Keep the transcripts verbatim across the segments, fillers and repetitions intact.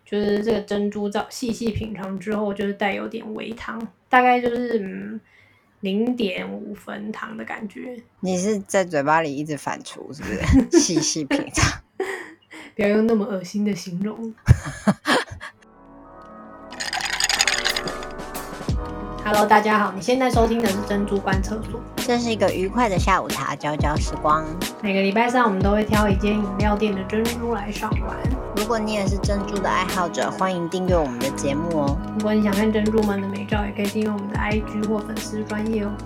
就是这个珍珠照细细品尝之后，就是带有点微糖，大概就是嗯零点五分糖的感觉。 你是在嘴巴里一直反刍是不是？细细品尝， 不要用那么恶心的形容。Hello， 大家好，你现在收听的是珍珠观厕所， 这是一个愉快的下午茶，交交时光。 每个礼拜三我们都会挑一间饮料店的珍珠来赏玩。 如果你也是珍珠的爱好者，欢迎订阅我们的节目哦。 如果你想看珍珠们的美照，也可以订阅我们的 I G 或粉丝专页哦。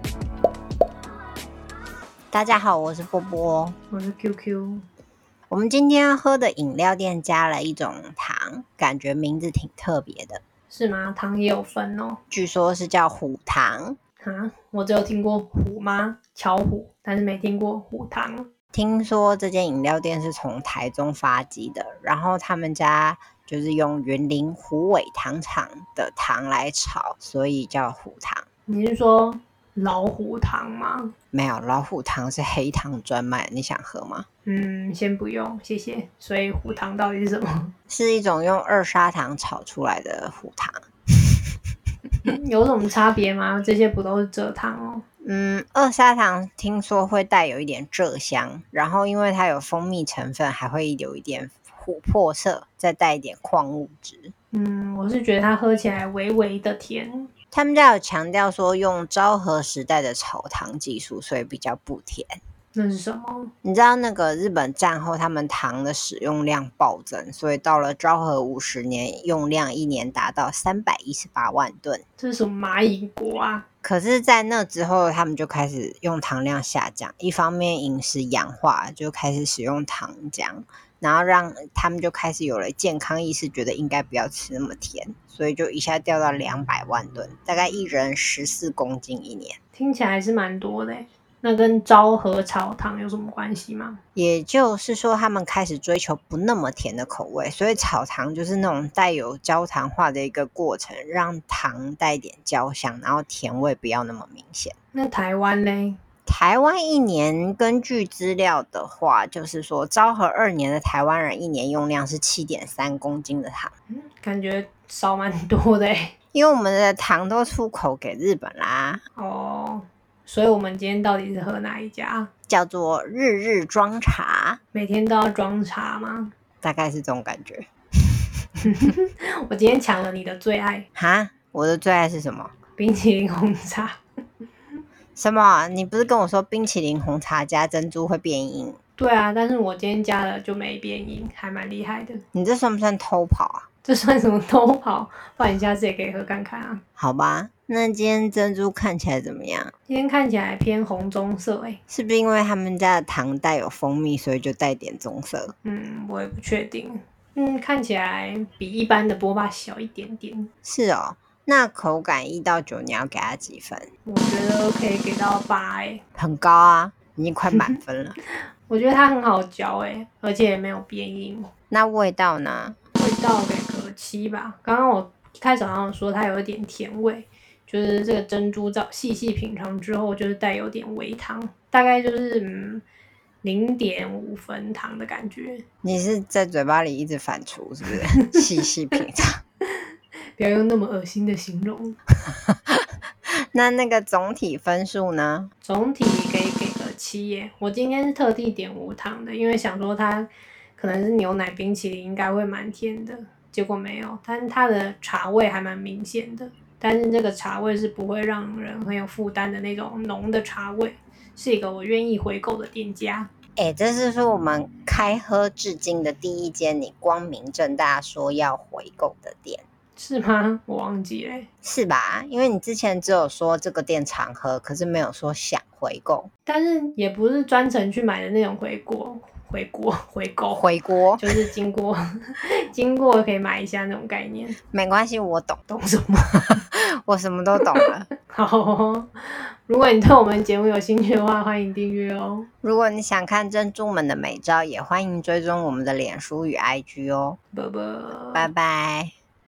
大家好，我是波波， 我是 Q Q。 我们今天喝的饮料店加了一种糖，感觉名字挺特别的。 是吗？糖也有分哦。 据说是叫虎糖。 啊，我只有听过虎妈巧虎，但是没听过虎糖。 听说这间饮料店是从台中发迹的，然后他们家就是用云林虎尾糖厂的糖来炒，所以叫虎糖。 你是说老虎糖吗？ 没有，老虎糖是黑糖专卖，你想喝吗？ 嗯，先不用，谢谢。所以虎糖到底是什么？ 是一种用二砂糖炒出来的虎糖。 有什么差别吗？这些不都是蔗糖哦？ 嗯，二砂糖听说会带有一点蔗香，然后因为它有蜂蜜成分，还会有一点琥珀色，再带一点矿物质。 嗯，我是觉得它喝起来微微的甜。 他们家有强调说用昭和时代的炒糖技术，所以比较不甜。 那是什么？ 你知道那个日本战后他们糖的使用量暴增，所以到了昭和五十年，用量一年达到三百一十八万吨。 这是什么蚂蚁国啊？ 可是在那之后他们就开始用糖量下降，一方面饮食氧化，就开始使用糖浆，然后让他们就开始有了健康意识，觉得应该不要吃那么甜，所以就一下掉到两百万吨，大概一人十四公斤一年。 听起来是蛮多的耶。那跟昭和炒糖有什么关系吗？ 也就是说他们开始追求不那么甜的口味，所以炒糖就是那种带有焦糖化的一个过程，让糖带点焦香，然后甜味不要那么明显。 那台湾呢？ 台湾一年根据资料的话，就是说昭和二年的台湾人一年用量是 七点三公斤的糖。 嗯，感觉少蛮多的耶。 因为我们的糖都出口给日本啦。 哦，所以我们今天到底是喝哪一家？ 叫做日日装茶。 每天都要装茶吗？ 大概是这种感觉。 我今天抢了你的最爱。 哈，我的最爱是什么？ 冰淇淋红茶。 什么？你不是跟我说冰淇淋红茶加珍珠会变硬？ 对啊，但是我今天加了就没变硬，还蛮厉害的。 你这算不算偷跑啊？ 这算什么偷跑？不然你下次也可以喝看看啊。 好吧，那今天珍珠看起来怎么样？ 今天看起来偏红棕色诶。 是不是因为他们家的糖带有蜂蜜，所以就带点棕色？ 嗯，我也不确定。嗯，看起来比一般的波霸小一点点。 是哦，那口感一到九，你要给它几分？ 我觉得可以给到八诶。 很高啊，已经快满分了。 我觉得它很好嚼诶，而且也没有变硬。 那味道呢？ 味道给个七吧。刚刚我一开始好像说它有一点甜味，就是这个珍珠照细细品尝之后，就是带有点微糖，大概就是嗯零点五分糖的感觉。 你是在嘴巴里一直反刍是不是？细细品尝。 不要用那么恶心的形容。 那那个总体分数呢？ 总体可以给个七耶。我今天是特地点无糖的，因为想说它可能是牛奶冰淇淋，应该会蛮甜的，结果没有。但是它的茶味还蛮明显的，但是这个茶味是不会让人很有负担的那种浓的茶味，是一个我愿意回购的店家。 哎、欸，这是说我们开喝至今的第一间你光明正大说要回购的店。 是吗？我忘记了。 是吧？因为你之前只有说这个店常喝，可是没有说想回购。 但是也不是专程去买的那种回国回国回购回国， 就是经过经过可以买一下那种概念。 没关系，我懂。 懂什么？ 我什么都懂了。 好，如果你对我们节目有兴趣的话，欢迎订阅哦。 如果你想看珍珠们的美照，也欢迎追踪我们的脸书与 I G 哦。 拜拜， 拜拜。